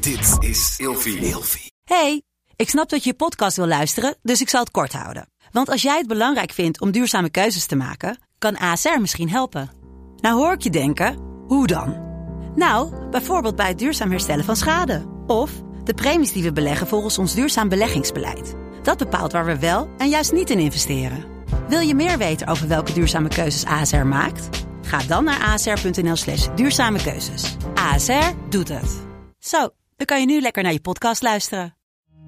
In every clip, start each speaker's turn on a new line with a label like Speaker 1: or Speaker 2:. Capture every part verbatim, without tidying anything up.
Speaker 1: Dit is Ilfie. Ilfie.
Speaker 2: Hey, ik snap dat je je podcast wil luisteren, dus ik zal het kort houden. Want als jij het belangrijk vindt om duurzame keuzes te maken, kan A S R misschien helpen. Nou hoor ik je denken, hoe dan? Nou, bijvoorbeeld bij het duurzaam herstellen van schade. Of de premies die we beleggen volgens ons duurzaam beleggingsbeleid. Dat bepaalt waar we wel en juist niet in investeren. Wil je meer weten over welke duurzame keuzes A S R maakt? Ga dan naar asr.nl slash duurzame keuzes. A S R doet het. Zo, dan kan je nu lekker naar je podcast luisteren.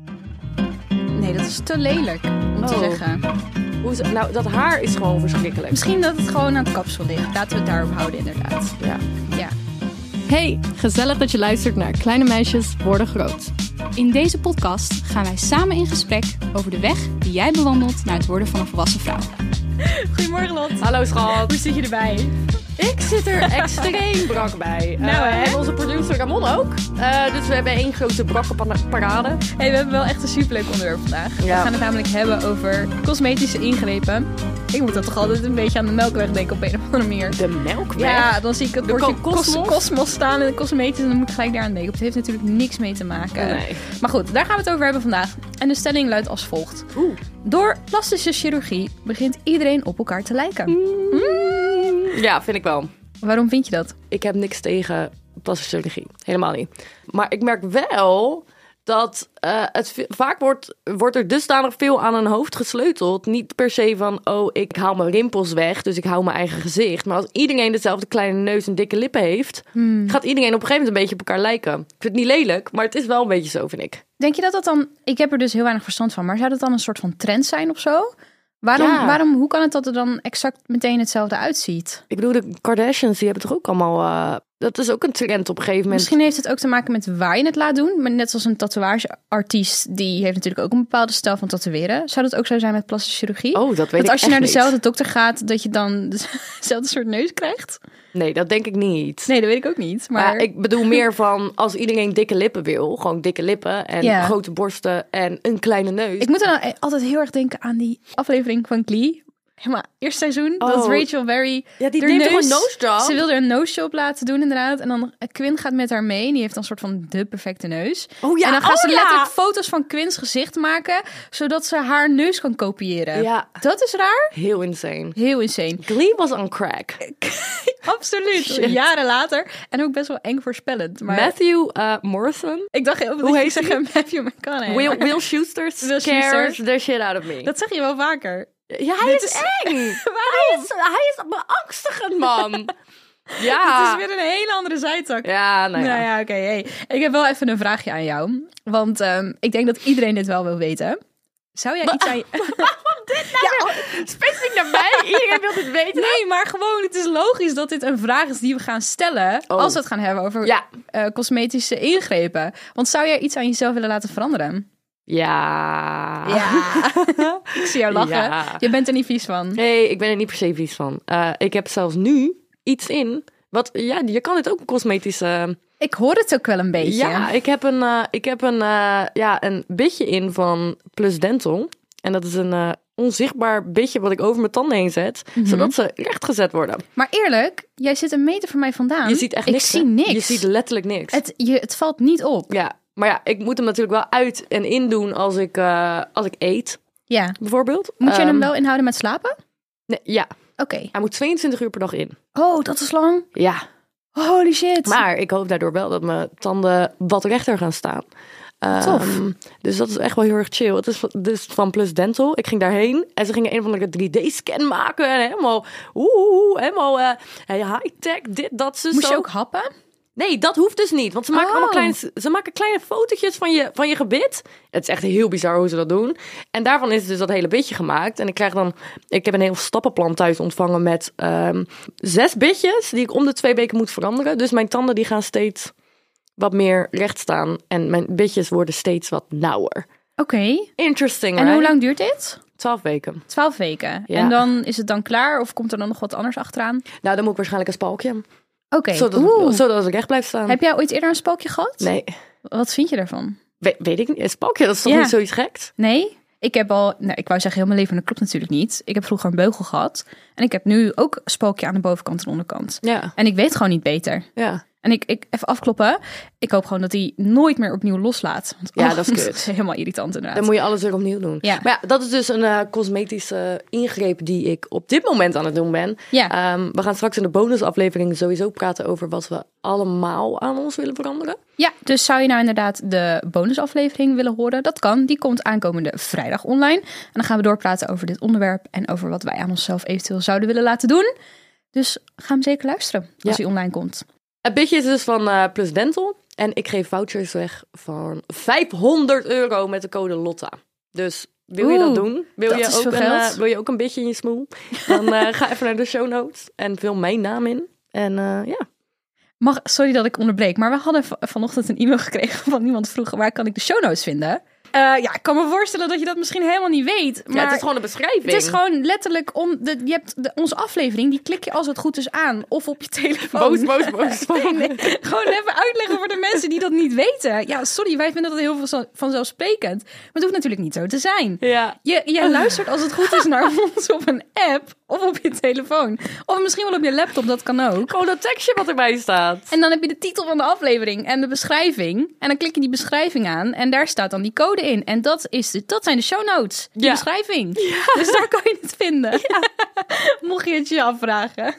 Speaker 3: Nee, dat is te lelijk om te
Speaker 4: Oh.
Speaker 3: zeggen.
Speaker 4: Hoe is, nou, dat haar is gewoon verschrikkelijk.
Speaker 3: Misschien dat het gewoon aan het kapsel ligt. Laten we het daarop houden, inderdaad.
Speaker 4: Ja.
Speaker 3: Ja.
Speaker 5: Hey, gezellig dat je luistert naar Kleine Meisjes Worden Groot.
Speaker 6: In deze podcast gaan wij samen in gesprek over de weg die jij bewandelt naar het worden van een volwassen vrouw.
Speaker 3: Goedemorgen, Lot.
Speaker 4: Hallo schat.
Speaker 3: Hoe zit je erbij?
Speaker 4: Ik zit er extreem brak bij.
Speaker 3: Nou,
Speaker 4: Eh,
Speaker 3: hè?
Speaker 4: En onze producer Ramon ook. Uh, dus we hebben één grote brakke pana- parade.
Speaker 3: Hey, we hebben wel echt een superleuk onderwerp vandaag.
Speaker 4: Ja.
Speaker 3: We gaan het namelijk hebben over cosmetische ingrepen. Ik moet dat toch altijd een beetje aan de Melkweg denken op een of andere manier.
Speaker 4: De melkweg?
Speaker 3: Ja, dan zie ik het
Speaker 4: De
Speaker 3: woordje
Speaker 4: ko-
Speaker 3: cos-
Speaker 4: kosmos?
Speaker 3: kosmos staan in de cosmetisch en dan moet ik gelijk daaraan denken. Het heeft natuurlijk niks mee te maken.
Speaker 4: Nee.
Speaker 3: Maar goed, daar gaan we het over hebben vandaag. En de stelling luidt als volgt.
Speaker 4: Oeh.
Speaker 3: Door plastische chirurgie begint iedereen op elkaar te lijken.
Speaker 4: Mm. Ja, vind ik wel.
Speaker 3: Waarom vind je dat?
Speaker 4: Ik heb niks tegen plastische chirurgie. Helemaal niet. Maar ik merk wel dat uh, het v- vaak wordt, wordt er dusdanig veel aan een hoofd gesleuteld. Niet per se van, oh, ik haal mijn rimpels weg, dus ik hou mijn eigen gezicht. Maar als iedereen dezelfde kleine neus en dikke lippen heeft,
Speaker 3: Hmm.
Speaker 4: gaat iedereen op een gegeven moment een beetje op elkaar lijken. Ik vind het niet lelijk, maar het is wel een beetje zo, vind ik.
Speaker 3: Denk je dat dat dan... Ik heb er dus heel weinig verstand van, maar zou dat dan een soort van trend zijn of zo? Waarom,
Speaker 4: Ja.
Speaker 3: waarom, hoe kan het dat er dan exact meteen hetzelfde uitziet?
Speaker 4: Ik bedoel, de Kardashians, die hebben toch ook allemaal... Uh, dat is ook een trend op een gegeven moment.
Speaker 3: Misschien heeft het ook te maken met waar je het laat doen. Maar net zoals een tatoeageartiest, die heeft natuurlijk ook een bepaalde stijl van tatoeëren. Zou dat ook zo zijn met plastische chirurgie?
Speaker 4: Oh, dat weet
Speaker 3: dat
Speaker 4: ik
Speaker 3: als je
Speaker 4: echt
Speaker 3: naar
Speaker 4: niet.
Speaker 3: dezelfde dokter gaat, dat je dan dezelfde soort neus krijgt?
Speaker 4: Nee, dat denk ik niet.
Speaker 3: Nee, dat weet ik ook niet. Maar
Speaker 4: Maar ik bedoel meer van, als iedereen dikke lippen wil, gewoon dikke lippen en
Speaker 3: Ja.
Speaker 4: grote borsten en een kleine neus.
Speaker 3: ik moet dan altijd heel erg denken aan die aflevering van Glee. Helemaal eerste seizoen, dat
Speaker 4: Oh.
Speaker 3: Rachel Berry...
Speaker 4: Ja, die
Speaker 3: haar
Speaker 4: neemt toch
Speaker 3: neus-
Speaker 4: een nose job?
Speaker 3: Ze wilde er een nose job laten doen inderdaad. En dan Quinn gaat met haar mee. En die heeft dan een soort van de perfecte neus.
Speaker 4: Oh ja,
Speaker 3: en dan gaan
Speaker 4: oh
Speaker 3: ze
Speaker 4: ja.
Speaker 3: letterlijk foto's van Quinns gezicht maken. Zodat ze haar neus kan kopiëren.
Speaker 4: Ja.
Speaker 3: Dat is raar.
Speaker 4: Heel insane.
Speaker 3: Heel insane.
Speaker 4: Glee was on crack.
Speaker 3: Absoluut.
Speaker 4: Shit.
Speaker 3: Jaren later. En ook best wel eng voorspellend. Maar
Speaker 4: Matthew uh, Morrison.
Speaker 3: ik dacht heel
Speaker 4: Hoe heet
Speaker 3: zeggen Matthew McConaughey.
Speaker 4: Will,
Speaker 3: maar
Speaker 4: Will Schuster
Speaker 3: Will
Speaker 4: scares
Speaker 3: Schuster.
Speaker 4: the shit out of me.
Speaker 3: Dat zeg je wel vaker.
Speaker 4: ja, hij
Speaker 3: Dit
Speaker 4: is,
Speaker 3: is-
Speaker 4: eng. Hij is, hij is beangstigend, man. Ja.
Speaker 3: Het is weer een hele andere zijtak.
Speaker 4: Ja, nou ja.
Speaker 3: Nou ja, oké. Hey. Ik heb wel even een vraagje aan jou. Want um, ik denk dat iedereen dit wel wil weten. Zou jij iets aan je...
Speaker 4: Ja, specifiek naar mij. Iedereen wil dit weten.
Speaker 3: Nee, maar gewoon, het is logisch dat dit een vraag is die we gaan stellen...
Speaker 4: Oh.
Speaker 3: als we het gaan hebben over
Speaker 4: Ja.
Speaker 3: uh, cosmetische ingrepen. Want zou jij iets aan jezelf willen laten veranderen?
Speaker 4: Ja.
Speaker 3: Ja. Ik zie jou lachen.
Speaker 4: Ja.
Speaker 3: Je bent er niet vies van.
Speaker 4: Nee, ik ben er niet per se vies van. Uh, ik heb zelfs nu iets in. Wat, ja, je kan dit ook cosmetische...
Speaker 3: Ik hoor het ook wel een beetje.
Speaker 4: Ja, ik heb een, uh, ik heb een, uh, ja, een bitje in van Plus Dental. En dat is een uh, onzichtbaar bitje wat ik over mijn tanden heen zet.
Speaker 3: Mhm.
Speaker 4: Zodat ze rechtgezet worden.
Speaker 3: Maar eerlijk, jij zit een meter van mij vandaan.
Speaker 4: Je ziet echt
Speaker 3: ik
Speaker 4: niks.
Speaker 3: zie
Speaker 4: hè?
Speaker 3: niks.
Speaker 4: Je ziet letterlijk niks.
Speaker 3: Het, je, het valt niet op.
Speaker 4: Ja, maar ja, ik moet hem natuurlijk wel uit en in doen als ik, uh, als ik eet,
Speaker 3: Ja.
Speaker 4: bijvoorbeeld.
Speaker 3: Moet je
Speaker 4: Um,
Speaker 3: hem wel inhouden met slapen?
Speaker 4: Nee, ja,
Speaker 3: Oké.
Speaker 4: hij moet tweeëntwintig uur per dag in.
Speaker 3: Oh, dat is lang.
Speaker 4: Ja,
Speaker 3: Holy shit.
Speaker 4: maar ik hoop daardoor wel dat mijn tanden wat rechter gaan staan.
Speaker 3: Tof.
Speaker 4: Um, dus dat is echt wel heel erg chill. Het is van, dus van Plus Dental. Ik ging daarheen en ze gingen een of andere drie D-scan maken. En helemaal, oeh, helemaal uh, high-tech, dit, dat, ze
Speaker 3: Moest
Speaker 4: zo.
Speaker 3: je ook happen?
Speaker 4: Nee, dat hoeft dus niet. Want ze maken
Speaker 3: Oh.
Speaker 4: allemaal kleine, ze maken kleine fotootjes van je, van je gebit. Het is echt heel bizar hoe ze dat doen. En daarvan is dus dat hele bitje gemaakt. En ik krijg dan, ik heb een heel stappenplan thuis ontvangen met um, zes bitjes die ik om de twee weken moet veranderen. Dus mijn tanden die gaan steeds wat meer recht staan. En mijn bitjes worden steeds wat nauwer.
Speaker 3: Oké.
Speaker 4: Interesting,
Speaker 3: En
Speaker 4: right?
Speaker 3: hoe lang duurt dit?
Speaker 4: Twaalf weken.
Speaker 3: Twaalf weken.
Speaker 4: Ja.
Speaker 3: En dan is het dan klaar of komt er dan nog wat anders achteraan?
Speaker 4: Nou, dan moet ik waarschijnlijk een spalkje.
Speaker 3: Oké.
Speaker 4: Zodat,
Speaker 3: Oeh.
Speaker 4: zodat ik recht blijf staan.
Speaker 3: Heb jij ooit eerder een spookje gehad?
Speaker 4: Nee,
Speaker 3: Wat vind je daarvan?
Speaker 4: We, weet ik niet. Een spalkje, dat is toch
Speaker 3: Ja.
Speaker 4: niet zoiets geks?
Speaker 3: Nee? Ik heb al, nou, ik wou zeggen heel mijn leven, dat klopt natuurlijk niet. Ik heb vroeger een beugel gehad. En ik heb nu ook een spookje aan de bovenkant en onderkant.
Speaker 4: Ja,
Speaker 3: En ik weet gewoon niet beter.
Speaker 4: ja.
Speaker 3: En ik, ik even afkloppen. Ik hoop gewoon dat hij nooit meer opnieuw loslaat. Want,
Speaker 4: Ja,
Speaker 3: oh,
Speaker 4: dat is kut.
Speaker 3: helemaal irritant inderdaad.
Speaker 4: Dan moet je alles weer opnieuw doen.
Speaker 3: Ja.
Speaker 4: Maar ja, dat is dus een uh, cosmetische ingreep die ik op dit moment aan het doen ben.
Speaker 3: Ja.
Speaker 4: Um, we gaan straks in de bonusaflevering sowieso praten over wat we allemaal aan ons willen veranderen.
Speaker 3: Ja, dus zou je nou inderdaad de bonusaflevering willen horen? Dat kan. Die komt aankomende vrijdag online. En dan gaan we doorpraten over dit onderwerp en over wat wij aan onszelf eventueel zouden willen laten doen. Dus ga hem zeker luisteren als
Speaker 4: Ja.
Speaker 3: hij online komt.
Speaker 4: Het bitje is dus van uh, Plus Dental. En ik geef vouchers weg van vijfhonderd euro met de code Lotta. Dus wil je
Speaker 3: Oeh,
Speaker 4: dat doen? Wil,
Speaker 3: dat
Speaker 4: je
Speaker 3: is
Speaker 4: ook
Speaker 3: veel
Speaker 4: een,
Speaker 3: geld.
Speaker 4: uh, wil je ook een beetje in je smoel? Dan uh, ga even naar de show notes en vul mijn naam in. En uh, ja.
Speaker 3: Mag, sorry dat ik onderbreek, maar we hadden v- vanochtend een e-mail gekregen van iemand vroeg waar kan ik de show notes vinden? Uh, ja, ik kan me voorstellen dat je dat misschien helemaal niet weet. Maar
Speaker 4: ja, het is gewoon een beschrijving.
Speaker 3: het is gewoon letterlijk om de, je hebt de, onze aflevering, die klik je als het goed is aan of op je telefoon.
Speaker 4: boos, boos, boos.
Speaker 3: Nee, nee. Gewoon even uitleggen voor de mensen die dat niet weten. Ja, sorry, wij vinden dat heel veel vanzelfsprekend. Maar het hoeft natuurlijk niet zo te zijn.
Speaker 4: Ja.
Speaker 3: Je, je luistert als het goed is naar ons op een app of op je telefoon. Of misschien wel op je laptop, dat kan ook.
Speaker 4: Gewoon dat tekstje wat erbij staat.
Speaker 3: En dan heb je de titel van de aflevering en de beschrijving. En dan klik je die beschrijving aan en daar staat dan die code in. En dat, is de, dat zijn de show notes, die
Speaker 4: Ja.
Speaker 3: beschrijving. Ja. Dus daar kan je het vinden. Ja. Mocht je het je afvragen.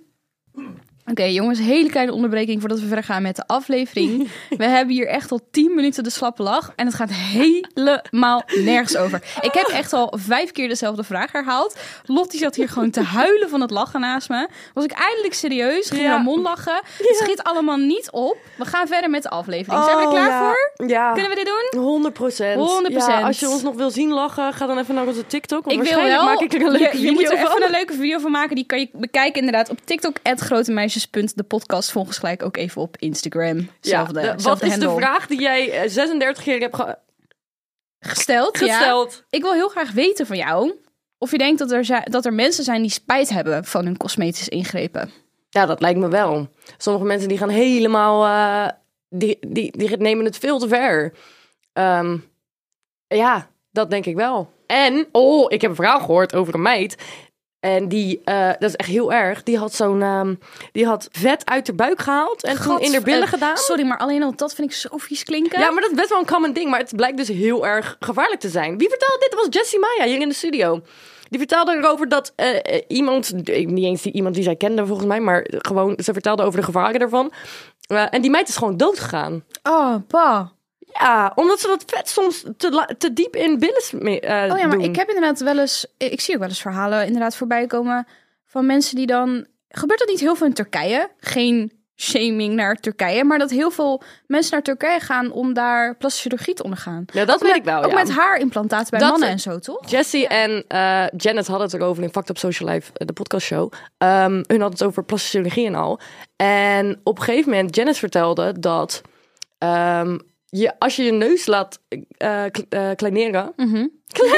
Speaker 3: Oké, okay, jongens, hele kleine onderbreking voordat we verder gaan met de aflevering. We hebben hier echt al tien minuten de slappe lach en het gaat helemaal nergens over. Ik heb echt al vijf keer dezelfde vraag herhaald. Lottie zat hier gewoon te huilen van het lachen naast me. Was ik eindelijk serieus, ging
Speaker 4: Ja.
Speaker 3: Ramon lachen. Het schiet allemaal niet op. We gaan verder met de aflevering. Zijn we er
Speaker 4: Oh,
Speaker 3: klaar
Speaker 4: ja.
Speaker 3: voor?
Speaker 4: Ja.
Speaker 3: Kunnen we dit doen?
Speaker 4: honderd procent.
Speaker 3: honderd procent.
Speaker 4: Ja, als je ons nog wil zien lachen, ga dan even naar onze TikTok. Want
Speaker 3: Ik wil
Speaker 4: waarschijnlijk
Speaker 3: wel.
Speaker 4: maak ik er een leuke
Speaker 3: je, je
Speaker 4: video
Speaker 3: moet er
Speaker 4: van.
Speaker 3: even een leuke video van maken. Die kan je bekijken inderdaad op TikTok, at grotemeisjes punt de podcast. Volgens gelijk ook even op Instagram. Zelfde,
Speaker 4: Ja, de- wat
Speaker 3: zelfde
Speaker 4: is
Speaker 3: handle.
Speaker 4: de vraag die jij uh, zesendertig keer hebt ge-
Speaker 3: Gesteld, ja.
Speaker 4: gesteld?
Speaker 3: Ik wil heel graag weten van jou of je denkt dat er, zi- dat er mensen zijn die spijt hebben van hun cosmetische ingrepen.
Speaker 4: Ja, dat lijkt me wel. Sommige mensen die gaan helemaal... Uh, die, die, die nemen het veel te ver. Um, ja, dat denk ik wel. En, oh, ik heb een verhaal gehoord over een meid. En die, uh, dat is echt heel erg. Die had zo'n, um, die had vet uit haar buik gehaald en toen in haar billen
Speaker 3: eh,
Speaker 4: gedaan.
Speaker 3: Sorry, maar alleen al dat vind ik zo vies klinken.
Speaker 4: Ja, maar dat is best wel een common ding. Maar het blijkt dus heel erg gevaarlijk te zijn. Wie vertelde dit? Dat was Jessie Maya hier in de studio. Die vertelde erover dat uh, iemand, niet eens die, iemand die zij kende volgens mij, maar gewoon, ze vertelde over de gevaren daarvan. Uh, en die meid is gewoon dood gegaan.
Speaker 3: Oh, pa.
Speaker 4: Ja, omdat ze dat vet soms te, la- te diep in billen uh,
Speaker 3: Oh ja, maar
Speaker 4: doen.
Speaker 3: ik heb inderdaad wel eens... Ik zie ook wel eens verhalen inderdaad voorbij komen van mensen die dan... Gebeurt dat niet heel veel in Turkije? Geen shaming naar Turkije, maar dat heel veel mensen naar Turkije gaan om daar plastische chirurgie te ondergaan.
Speaker 4: Ja, dat
Speaker 3: ook
Speaker 4: weet
Speaker 3: met,
Speaker 4: ik wel,
Speaker 3: Ook
Speaker 4: ja.
Speaker 3: met haarimplantaten bij
Speaker 4: Dat-
Speaker 3: mannen en zo, toch?
Speaker 4: Jessie en uh, Janet hadden het erover in Fact Up Social Life, de podcastshow. Um, hun hadden het over plastische chirurgie en al. En op een gegeven moment, Janet vertelde dat um, je, als je je neus laat uh, k- uh, kleineren...
Speaker 3: Mhm.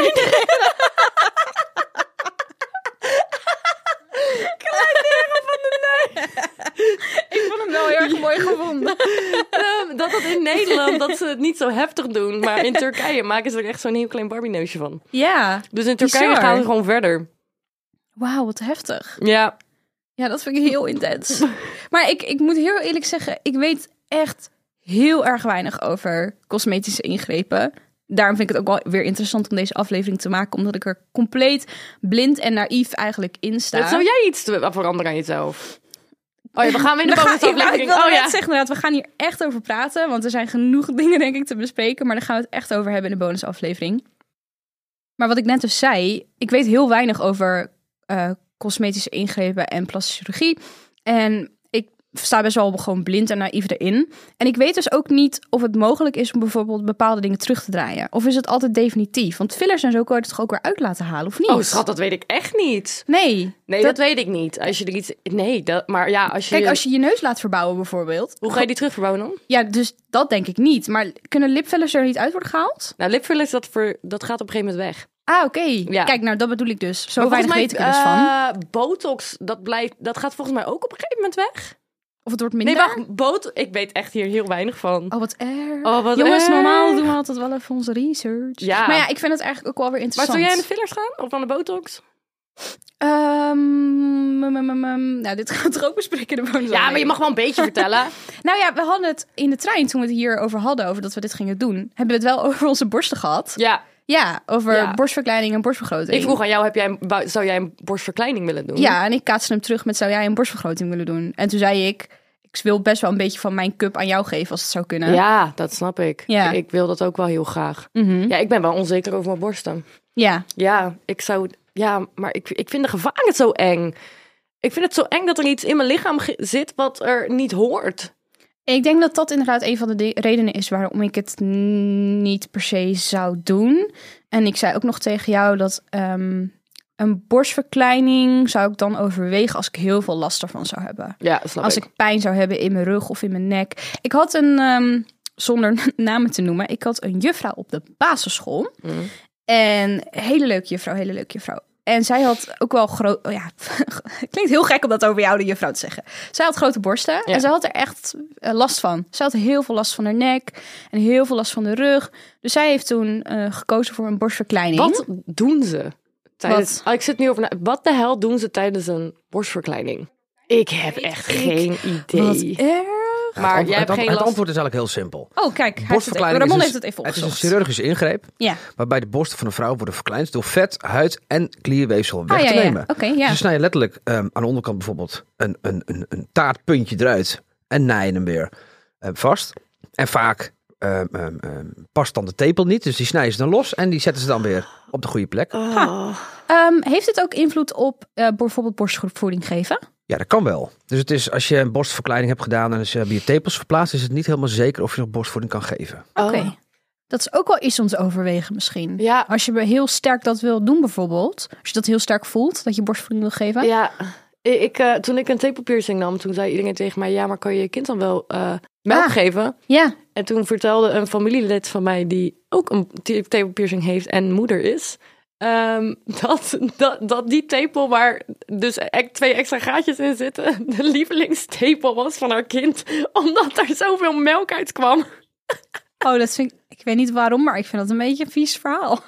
Speaker 4: Kleineren van de neus!
Speaker 3: Ik vond hem wel heel erg mooi gevonden.
Speaker 4: Um, dat dat in Nederland, dat ze het niet zo heftig doen. Maar in Turkije maken ze er echt zo'n heel klein Barbie-neusje van.
Speaker 3: Ja.
Speaker 4: Dus in Turkije
Speaker 3: Bizar.
Speaker 4: gaan ze gewoon verder.
Speaker 3: Wauw, wat heftig.
Speaker 4: Ja.
Speaker 3: Ja, dat vind ik heel intens. Maar ik, ik moet heel eerlijk zeggen, ik weet echt heel erg weinig over cosmetische ingrepen. Daarom vind ik het ook wel weer interessant om deze aflevering te maken, omdat ik er compleet blind en naïef eigenlijk in sta.
Speaker 4: Zou jij iets te veranderen aan jezelf? Oh ja, we gaan weer in de
Speaker 3: We gaan- ik
Speaker 4: bonusaflevering.
Speaker 3: wilde
Speaker 4: Oh
Speaker 3: net
Speaker 4: ja.
Speaker 3: zeggen, inderdaad, we gaan hier echt over praten, want er zijn genoeg dingen denk ik te bespreken, maar daar gaan we het echt over hebben in de bonusaflevering. Maar wat ik net dus zei, ik weet heel weinig over uh, cosmetische ingrepen en plastische chirurgie. En ik sta best wel gewoon blind en naïef erin. En ik weet dus ook niet of het mogelijk is om bijvoorbeeld bepaalde dingen terug te draaien. Of is het altijd definitief? Want fillers en zo kan je het toch ook weer uit laten halen, of niet?
Speaker 4: Oh schat, dat weet ik echt niet.
Speaker 3: Nee.
Speaker 4: Nee, dat, weet ik niet. Als je er iets... Nee, dat... maar ja, als je...
Speaker 3: Kijk, als je je neus laat verbouwen bijvoorbeeld.
Speaker 4: Hoe ga je die terugverbouwen dan?
Speaker 3: Ja, dus dat denk ik niet. Maar kunnen lipfillers er niet uit worden gehaald?
Speaker 4: Nou, lipfillers, dat, ver... dat gaat op een gegeven moment weg.
Speaker 3: Ah, oké.
Speaker 4: Ja.
Speaker 3: Kijk, nou dat bedoel ik dus. Zo
Speaker 4: Maar
Speaker 3: weinig
Speaker 4: volgens
Speaker 3: weet ik er dus van.
Speaker 4: uh, botox, dat, blijft, dat gaat volgens mij ook op een gegeven moment weg.
Speaker 3: Of het wordt minder?
Speaker 4: Nee, wacht. Botox... Ik weet echt hier heel weinig van.
Speaker 3: Oh, wat erg.
Speaker 4: Oh, wat
Speaker 3: Jongens,
Speaker 4: erg.
Speaker 3: normaal doen we altijd wel even onze research.
Speaker 4: Ja.
Speaker 3: Maar ja, ik vind het eigenlijk ook wel weer
Speaker 4: Maar
Speaker 3: interessant.
Speaker 4: zou jij aan de fillers gaan? Of aan de botox?
Speaker 3: Um, um, um, um, nou, dit gaan we toch ook bespreken in de bonus.
Speaker 4: Ja, maar je mag wel een beetje vertellen.
Speaker 3: Nou ja, we hadden het in de trein toen we het hierover hadden, over dat we dit gingen doen. Hebben we het wel over onze borsten gehad?
Speaker 4: Ja.
Speaker 3: Ja, over
Speaker 4: Ja.
Speaker 3: borstverkleining en borstvergroting.
Speaker 4: Ik vroeg aan jou, heb jij een, wou- zou jij een borstverkleining willen doen?
Speaker 3: Ja, en ik kaatste hem terug met, zou jij een borstvergroting willen doen? En toen zei ik, ik wil best wel een beetje van mijn cup aan jou geven als het zou kunnen.
Speaker 4: Ja, dat snap ik.
Speaker 3: Ja.
Speaker 4: Ik wil dat ook wel heel graag.
Speaker 3: Mhm.
Speaker 4: Ja, ik ben wel onzeker over mijn borsten.
Speaker 3: Ja.
Speaker 4: Ja, ik zou... Ja, maar ik, ik vind de gevaren zo eng. Ik vind het zo eng dat er iets in mijn lichaam ge- zit wat er niet hoort.
Speaker 3: Ik denk dat dat inderdaad een van de de- redenen is waarom ik het n- niet per se zou doen. En ik zei ook nog tegen jou dat ehm, een borstverkleining zou ik dan overwegen als ik heel veel last ervan zou hebben.
Speaker 4: Ja, snap
Speaker 3: Als
Speaker 4: ik.
Speaker 3: ik pijn zou hebben in mijn rug of in mijn nek. Ik had een, ehm, zonder namen te noemen, ik had een juffrouw op de basisschool.
Speaker 4: Mm.
Speaker 3: En hele leuke juffrouw, hele leuke juffrouw. En zij had ook wel groot... Oh ja, het klinkt heel gek om dat over jou, de juffrouw, te zeggen. Zij had grote borsten
Speaker 4: Ja.
Speaker 3: en zij had er echt uh, last van. Zij had heel veel last van haar nek en heel veel last van de rug. Dus zij heeft toen uh, gekozen voor een borstverkleining.
Speaker 4: Wat doen ze tijdens...
Speaker 3: Wat?
Speaker 4: Oh, ik zit nu over na... Wat de hel doen ze tijdens een borstverkleining? Ik heb echt geen idee.
Speaker 3: Wat erg.
Speaker 4: Maar
Speaker 7: het,
Speaker 4: jij hebt
Speaker 7: het,
Speaker 4: geen
Speaker 7: het
Speaker 4: last...
Speaker 7: antwoord is eigenlijk heel simpel.
Speaker 3: Oh, kijk. Hij heeft het even,
Speaker 7: Borstverkleining
Speaker 3: Ramon
Speaker 7: is,
Speaker 3: heeft
Speaker 7: een,
Speaker 3: het even
Speaker 7: het is een
Speaker 3: opgezocht.
Speaker 7: chirurgische ingreep
Speaker 3: Ja.
Speaker 7: waarbij de borsten van een vrouw worden verkleind door vet, huid en klierweefsel weg
Speaker 3: Ah, ja,
Speaker 7: te
Speaker 3: ja.
Speaker 7: nemen.
Speaker 3: Oké, ja.
Speaker 7: Dus dan snij je letterlijk um, aan de onderkant bijvoorbeeld een, een, een, een taartpuntje eruit en naaien hem weer um, vast. En vaak um, um, um, past dan de tepel niet, dus die snijden ze dan los en die zetten ze dan weer op de goede plek.
Speaker 4: Oh.
Speaker 3: Um, heeft het ook invloed op uh, bijvoorbeeld borstvoeding geven?
Speaker 7: Ja, dat kan wel. Dus het is als je een borstverkleining hebt gedaan en dus hebben je tepels verplaatst, is het niet helemaal zeker of je nog borstvoeding kan geven.
Speaker 3: Oké.
Speaker 4: Oh.
Speaker 3: Dat is ook wel iets om te overwegen misschien.
Speaker 4: Ja.
Speaker 3: Als je heel sterk dat wil doen bijvoorbeeld. Als je dat heel sterk voelt, dat je borstvoeding wil geven.
Speaker 4: Ja, ik, uh, toen ik een tepelpiercing nam, toen zei iedereen tegen mij... Ja, maar kan je je kind dan wel uh, melk
Speaker 3: Ah.
Speaker 4: geven?
Speaker 3: Ja.
Speaker 4: En toen vertelde een familielid van mij die ook een te- tepelpiercing heeft en moeder is... Um, dat, dat, dat die tepel waar dus e- twee extra gaatjes in zitten... de lievelingstepel was van haar kind. Omdat er zoveel melk uit kwam.
Speaker 3: Oh, dat vind ik... Ik weet niet waarom, maar ik vind dat een beetje een vies verhaal.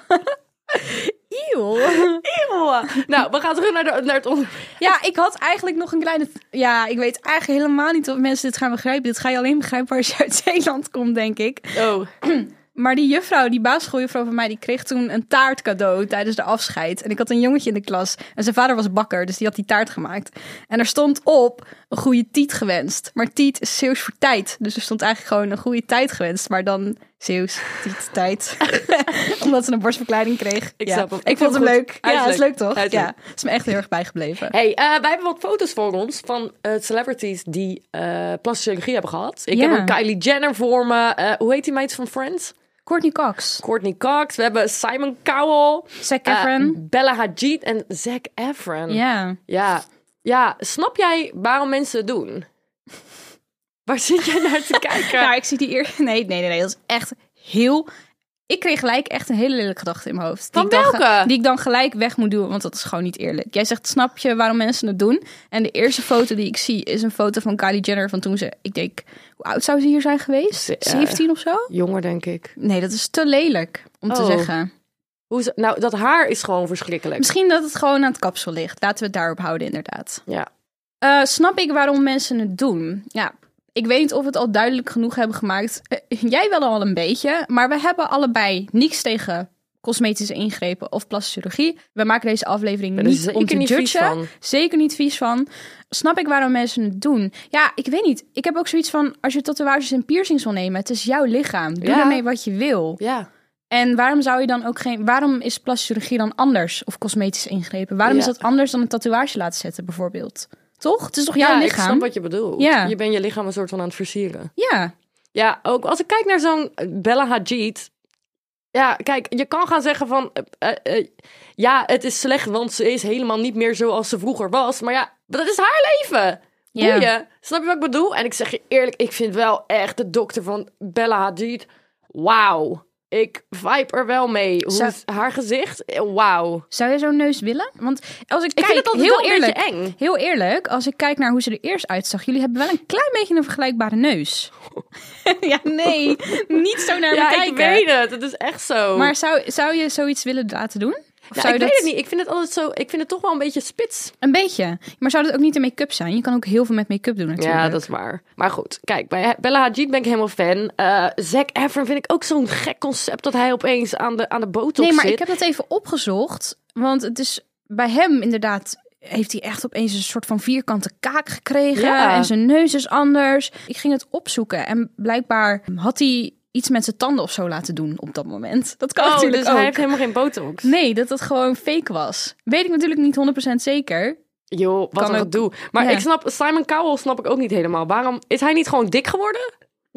Speaker 3: Eeuw.
Speaker 4: Eeuw. Nou, we gaan terug naar, de, naar het onderwerp.
Speaker 3: Ja, ik had eigenlijk nog een kleine... Ja, ik weet eigenlijk helemaal niet of mensen dit gaan begrijpen. Dit ga je alleen begrijpen als je uit Zeeland komt, denk ik.
Speaker 4: Oh.
Speaker 3: Maar die juffrouw, die basisschooljuffrouw van mij, die kreeg toen een taart cadeau tijdens de afscheid. En ik had een jongetje in de klas. En zijn vader was bakker, dus die had die taart gemaakt. En er stond op een goede tiet gewenst. Maar tiet is Zeeuws voor tijd. Dus er stond eigenlijk gewoon een goede tijd gewenst. Maar dan Zeeuws, tiet, tijd. Omdat ze een borstverkleining kreeg.
Speaker 4: Ik
Speaker 3: ja.
Speaker 4: snap hem.
Speaker 3: Ik vond hem
Speaker 4: goed.
Speaker 3: leuk.
Speaker 4: Hij is
Speaker 3: Ja, dat is leuk toch?
Speaker 4: Hij is
Speaker 3: Ja,
Speaker 4: leuk.
Speaker 3: het is me echt heel erg bijgebleven.
Speaker 4: Hey, uh, wij hebben wat foto's voor ons van uh, celebrities die uh, plastische chirurgie hebben gehad. Ik
Speaker 3: Ja.
Speaker 4: heb een Kylie Jenner voor me. Uh, hoe heet die meid van Friends?
Speaker 3: Courtney Cox,
Speaker 4: Courtney Cox. We hebben Simon Cowell.
Speaker 3: Zac
Speaker 4: uh,
Speaker 3: Efron.
Speaker 4: Bella Hadid en Zac Efron.
Speaker 3: Ja.
Speaker 4: Ja. Ja, snap jij waarom mensen het doen? Waar zit jij naar te kijken?
Speaker 3: Nou, ik zie die eer... Nee, nee, nee, nee. Dat is echt heel... Ik kreeg gelijk echt een hele lelijke gedachte in mijn hoofd.
Speaker 4: Van
Speaker 3: ik dan
Speaker 4: welke?
Speaker 3: ge- Die ik dan gelijk weg moet doen, want dat is gewoon niet eerlijk. Jij zegt, snap je waarom mensen het doen? En de eerste foto die ik zie is een foto van Kylie Jenner van toen ze... Ik denk, hoe oud zou ze hier zijn geweest?
Speaker 4: Ze- ja.
Speaker 3: zeventien of zo?
Speaker 4: Jonger, denk ik.
Speaker 3: Nee, dat is te lelijk om te
Speaker 4: Oh.
Speaker 3: zeggen.
Speaker 4: Hoe ze, nou, dat haar is gewoon verschrikkelijk.
Speaker 3: Misschien dat het gewoon aan het kapsel ligt. Laten we het daarop houden, inderdaad.
Speaker 4: Ja.
Speaker 3: Uh, snap ik waarom mensen het doen? Ja, ik weet niet of we het al duidelijk genoeg hebben gemaakt. Uh, jij wel al een beetje, maar we hebben allebei niks tegen cosmetische ingrepen of plastische chirurgie. We maken deze aflevering
Speaker 4: ben er
Speaker 3: niet
Speaker 4: zeker
Speaker 3: om te
Speaker 4: niet vies
Speaker 3: judgen.
Speaker 4: van.
Speaker 3: Zeker niet vies van. Snap ik waarom mensen het doen? Ja, ik weet niet. Ik heb ook zoiets van, als je tatoeages en piercings wil nemen, het is jouw lichaam. Doe
Speaker 4: Ja.
Speaker 3: ermee wat je wil.
Speaker 4: Ja.
Speaker 3: En waarom zou je dan ook geen... Waarom is plastische chirurgie dan anders? Of cosmetische ingrepen? Waarom
Speaker 4: Ja.
Speaker 3: is dat anders dan een tatoeage laten zetten, bijvoorbeeld? Toch? Het is toch jouw
Speaker 4: ja, ik
Speaker 3: lichaam?
Speaker 4: snap wat je bedoelt.
Speaker 3: Ja.
Speaker 4: Je bent je lichaam een soort van aan het versieren.
Speaker 3: Ja.
Speaker 4: Ja, ook als ik kijk naar zo'n Bella Hadid. Ja, kijk, je kan gaan zeggen van... Uh, uh, uh, ja, het is slecht, want ze is helemaal niet meer zoals ze vroeger was. Maar ja, dat is haar leven.
Speaker 3: Ja.
Speaker 4: Boeien. Snap je wat ik bedoel? En ik zeg je eerlijk, ik vind wel echt de dokter van Bella Hadid... Wauw. Ik vibe er wel mee. Hoe
Speaker 3: Zou-
Speaker 4: is haar gezicht? Wauw.
Speaker 3: Zou je zo'n neus willen? Want als ik
Speaker 4: Ik
Speaker 3: kijk,
Speaker 4: vind het altijd
Speaker 3: heel
Speaker 4: wel een
Speaker 3: eerlijk,
Speaker 4: beetje eng.
Speaker 3: heel eerlijk, als ik kijk naar hoe ze er eerst uitzag, jullie hebben wel een klein beetje een vergelijkbare neus. Ja, nee, niet zo naar me
Speaker 4: Ja,
Speaker 3: kijken.
Speaker 4: ik weet het. Het is echt zo.
Speaker 3: Maar zou, zou je zoiets willen laten doen? Of
Speaker 4: Nou,
Speaker 3: zou
Speaker 4: ik
Speaker 3: je
Speaker 4: weet
Speaker 3: dat...
Speaker 4: het niet. Ik vind het altijd zo. Ik vind het toch wel een beetje spits.
Speaker 3: Een beetje. Maar zou dat ook niet de make-up zijn? Je kan ook heel veel met make-up doen natuurlijk.
Speaker 4: Ja, dat is waar. Maar goed, kijk, bij Bella Hadid ben ik helemaal fan. Uh, Zac Efron vind ik ook zo'n gek concept dat hij opeens aan de, aan de botox
Speaker 3: Nee, maar
Speaker 4: zit.
Speaker 3: ik heb dat even opgezocht. Want het is bij hem inderdaad... heeft hij echt opeens een soort van vierkante kaak gekregen.
Speaker 4: Ja.
Speaker 3: En zijn neus is anders. Ik ging het opzoeken. En blijkbaar had hij iets met zijn tanden of zo laten doen op dat moment. Dat kan
Speaker 4: Oh,
Speaker 3: natuurlijk
Speaker 4: dus
Speaker 3: ook.
Speaker 4: hij heeft helemaal geen botox.
Speaker 3: Nee, dat het gewoon fake was. Weet ik natuurlijk niet honderd procent zeker.
Speaker 4: Joh, wat
Speaker 3: Kan
Speaker 4: een
Speaker 3: ook-
Speaker 4: gedoe. Maar
Speaker 3: ja.
Speaker 4: ik snap, Simon Cowell snap ik ook niet helemaal. Waarom is hij niet gewoon dik geworden?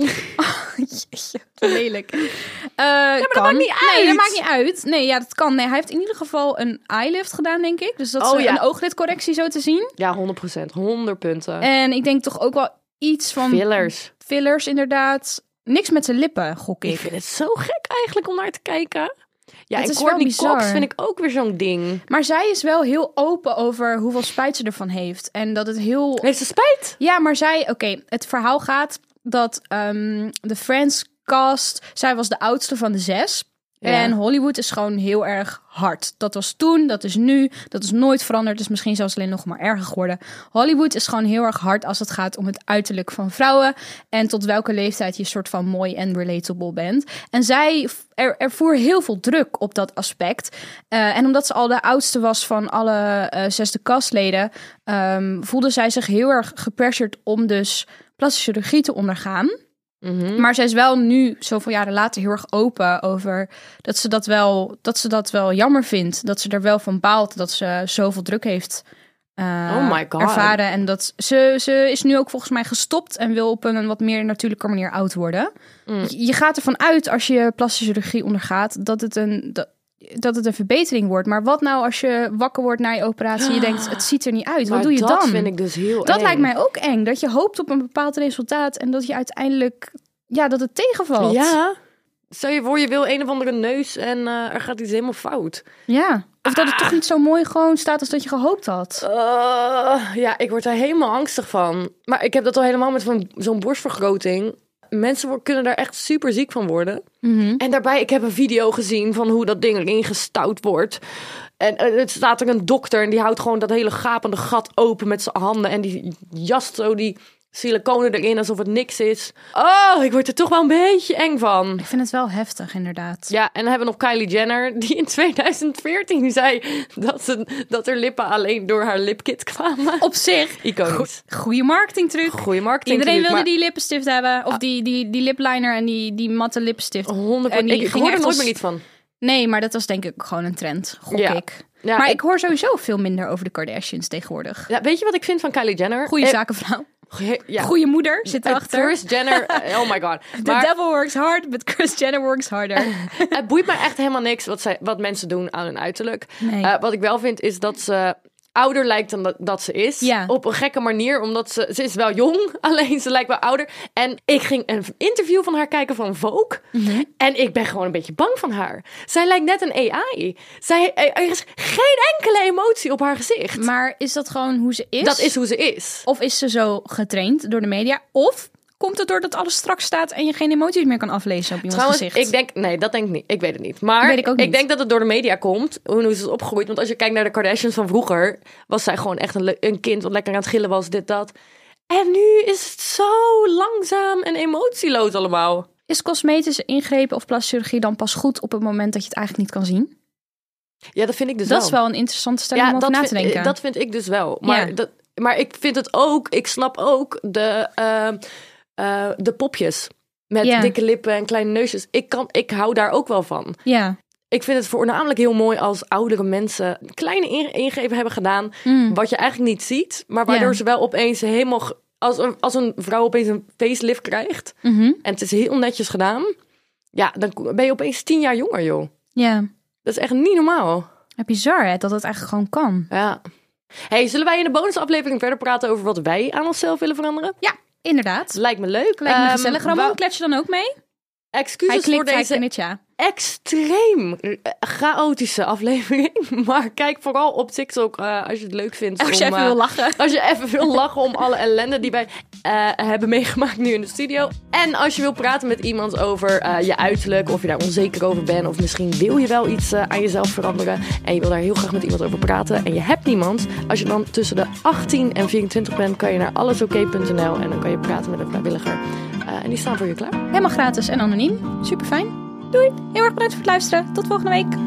Speaker 3: Jeetje, wat lelijk. Uh, ja,
Speaker 4: maar dat maakt niet
Speaker 3: Nee,
Speaker 4: uit.
Speaker 3: dat maakt niet uit. Nee, ja, dat kan. Nee, hij heeft in ieder geval een eyelift gedaan, denk ik. Dus dat is
Speaker 4: Oh,
Speaker 3: een
Speaker 4: ja.
Speaker 3: ooglidcorrectie zo te zien.
Speaker 4: Ja, honderd procent. honderd punten.
Speaker 3: En ik denk toch ook wel iets van
Speaker 4: Fillers.
Speaker 3: fillers, inderdaad. Niks met zijn lippen, gok
Speaker 4: Ik
Speaker 3: ik.
Speaker 4: vind het zo gek eigenlijk om naar te kijken. Ja,
Speaker 3: Het
Speaker 4: en
Speaker 3: is wel
Speaker 4: Courtney
Speaker 3: bizar.
Speaker 4: Cox vind ik ook weer zo'n ding.
Speaker 3: Maar zij is wel heel open over hoeveel spijt ze ervan heeft. En dat het heel...
Speaker 4: Heeft ze spijt?
Speaker 3: Ja, maar zij... Oké, het verhaal gaat dat ehm, de Friends cast... Zij was de oudste van de zes.
Speaker 4: Ja.
Speaker 3: En Hollywood is gewoon heel erg hard. Dat was toen, dat is nu, dat is nooit veranderd. Dus misschien zelfs alleen nog maar erger geworden. Hollywood is gewoon heel erg hard als het gaat om het uiterlijk van vrouwen. En tot welke leeftijd je soort van mooi en relatable bent. En zij er, er voer heel veel druk op dat aspect. Uh, en omdat ze al de oudste was van alle uh, zesde castleden... Um, voelde zij zich heel erg gepressured om dus plastische chirurgie te ondergaan.
Speaker 4: Mm-hmm.
Speaker 3: Maar zij is wel nu, zoveel jaren later, heel erg open over dat ze dat wel, dat ze dat wel jammer vindt. Dat ze er wel van baalt dat ze zoveel druk heeft uh,
Speaker 4: Oh my God.
Speaker 3: ervaren. En dat ze, ze is nu ook volgens mij gestopt en wil op een wat meer natuurlijke manier oud worden.
Speaker 4: Mm.
Speaker 3: Je, je gaat ervan uit als je plastische chirurgie ondergaat dat het een... Dat, dat het een verbetering wordt. Maar wat nou als je wakker wordt na je operatie en je denkt, het ziet er niet uit. Wat
Speaker 4: Maar
Speaker 3: doe je
Speaker 4: dat
Speaker 3: dan?
Speaker 4: Dat vind ik dus heel
Speaker 3: Dat
Speaker 4: eng.
Speaker 3: lijkt mij ook eng. Dat je hoopt op een bepaald resultaat en dat je uiteindelijk, ja, dat het tegenvalt.
Speaker 4: Ja. Stel je voor, je wil een of andere neus en uh, er gaat iets helemaal fout.
Speaker 3: Ja. Of dat het toch niet zo mooi gewoon staat als dat je gehoopt had.
Speaker 4: Uh, ja, ik word daar helemaal angstig van. Maar ik heb dat al helemaal met van, zo'n borstvergroting. Mensen wo- kunnen daar echt super ziek van worden.
Speaker 3: Mm-hmm.
Speaker 4: En daarbij, ik heb een video gezien van hoe dat ding erin gestouwd wordt. En uh, het staat er een dokter en die houdt gewoon dat hele gapende gat open met zijn handen. En die jast zo die siliconen erin alsof het niks is. Oh, ik word er toch wel een beetje eng van.
Speaker 3: Ik vind het wel heftig, inderdaad.
Speaker 4: Ja, en dan hebben we nog Kylie Jenner, die in tweeduizend veertien zei dat, ze, dat haar lippen alleen door haar lipkit kwamen.
Speaker 3: Op zich,
Speaker 4: Iconisch.
Speaker 3: goede marketingtruc.
Speaker 4: Goeie marketing.
Speaker 3: Iedereen wilde
Speaker 4: maar
Speaker 3: die lippenstift hebben. Of die, die, die lipliner en die, die matte lippenstift.
Speaker 4: honderd
Speaker 3: En die
Speaker 4: ik, ik
Speaker 3: ging
Speaker 4: hoor er
Speaker 3: echt
Speaker 4: nooit
Speaker 3: als-
Speaker 4: meer iets van.
Speaker 3: Nee, maar dat was denk ik gewoon een trend, gok
Speaker 4: Ja.
Speaker 3: ik.
Speaker 4: Ja,
Speaker 3: maar ik...
Speaker 4: ik-
Speaker 3: hoor sowieso veel minder over de Kardashians tegenwoordig.
Speaker 4: Ja, weet je wat ik vind van Kylie Jenner?
Speaker 3: Goeie
Speaker 4: Eh,
Speaker 3: zakenvrouw.
Speaker 4: goeie- ja.
Speaker 3: Goeie moeder zit
Speaker 4: Eh,
Speaker 3: erachter.
Speaker 4: Kris Jenner, eh, oh my god.
Speaker 3: The
Speaker 4: Maar
Speaker 3: devil works hard, but Kris Jenner works harder.
Speaker 4: het boeit me echt helemaal niks wat, zij, wat mensen doen aan hun uiterlijk.
Speaker 3: Nee.
Speaker 4: Eh, wat ik wel vind is dat ze ouder lijkt dan dat, dat ze is.
Speaker 3: Ja.
Speaker 4: Op een gekke manier, omdat ze... Ze is wel jong, alleen ze lijkt wel ouder. En ik ging een interview van haar kijken van Vogue.
Speaker 3: Mhm.
Speaker 4: En ik ben gewoon een beetje bang van haar. Zij lijkt net een A I. Zij, er is geen enkele emotie op haar gezicht.
Speaker 3: Maar is dat gewoon hoe ze is?
Speaker 4: Dat is hoe ze is.
Speaker 3: Of is ze zo getraind door de media? Of komt het doordat alles strak staat en je geen emoties meer kan aflezen op iemands
Speaker 4: Trouwens,
Speaker 3: gezicht?
Speaker 4: ik denk... Nee, dat denk ik niet. Ik weet het niet. Maar
Speaker 3: Weet ik ook niet.
Speaker 4: denk dat het door de media komt. Hoe hoe ze is opgegroeid. Want als je kijkt naar de Kardashians van vroeger... was zij gewoon echt een, le- een kind wat lekker aan het gillen was. Dit, dat. En nu is het zo langzaam en emotieloos allemaal.
Speaker 3: Is cosmetische ingrepen of plastische chirurgie dan pas goed op het moment dat je het eigenlijk niet kan zien?
Speaker 4: Ja, dat vind ik dus
Speaker 3: Dat
Speaker 4: wel.
Speaker 3: is wel een interessante stelling
Speaker 4: ja,
Speaker 3: om over
Speaker 4: dat
Speaker 3: na te
Speaker 4: vind,
Speaker 3: denken.
Speaker 4: dat vind ik dus wel. Maar,
Speaker 3: Ja.
Speaker 4: dat, maar ik vind het ook... Ik snap ook de, uh, uh, de popjes. Met
Speaker 3: Ja.
Speaker 4: dikke lippen en kleine neusjes. Ik, kan, ik hou daar ook wel van.
Speaker 3: Ja.
Speaker 4: Ik vind het voornamelijk heel mooi als oudere mensen kleine in- ingrepen hebben gedaan.
Speaker 3: Mm.
Speaker 4: Wat je eigenlijk niet ziet. Maar waardoor
Speaker 3: Ja.
Speaker 4: ze wel opeens helemaal... ge- Als een, als een vrouw opeens een facelift krijgt.
Speaker 3: Mhm.
Speaker 4: En het is heel netjes gedaan. Ja, dan ben je opeens tien jaar jonger, joh.
Speaker 3: Ja.
Speaker 4: Dat is echt niet normaal.
Speaker 3: Bizar hè, dat het eigenlijk gewoon kan.
Speaker 4: Ja. Hey, zullen wij in de bonusaflevering verder praten over wat wij aan onszelf willen veranderen?
Speaker 3: Ja, inderdaad.
Speaker 4: Lijkt me leuk.
Speaker 3: Lijkt me
Speaker 4: Ehm,
Speaker 3: gezellig. Ramon,
Speaker 4: wou-
Speaker 3: klets je dan ook mee? Hij
Speaker 4: Excuses
Speaker 3: klikt,
Speaker 4: voor
Speaker 3: hij
Speaker 4: deze...
Speaker 3: knikt ja.
Speaker 4: extreem chaotische aflevering. Maar kijk vooral op TikTok uh, als je het leuk vindt.
Speaker 3: Als je
Speaker 4: om,
Speaker 3: even
Speaker 4: uh,
Speaker 3: wil lachen.
Speaker 4: Als je even wil lachen om alle ellende die wij uh, hebben meegemaakt nu in de studio. En als je wil praten met iemand over uh, je uiterlijk, of je daar onzeker over bent, of misschien wil je wel iets uh, aan jezelf veranderen en je wil daar heel graag met iemand over praten en je hebt niemand. Als je dan tussen de achttien en vierentwintig bent, kan je naar allesoké punt n l en dan kan je praten met een vrijwilliger. Uh, en die staan voor je klaar.
Speaker 3: Helemaal gratis en anoniem. Super fijn. Doei. Heel erg bedankt voor het luisteren. Tot volgende week.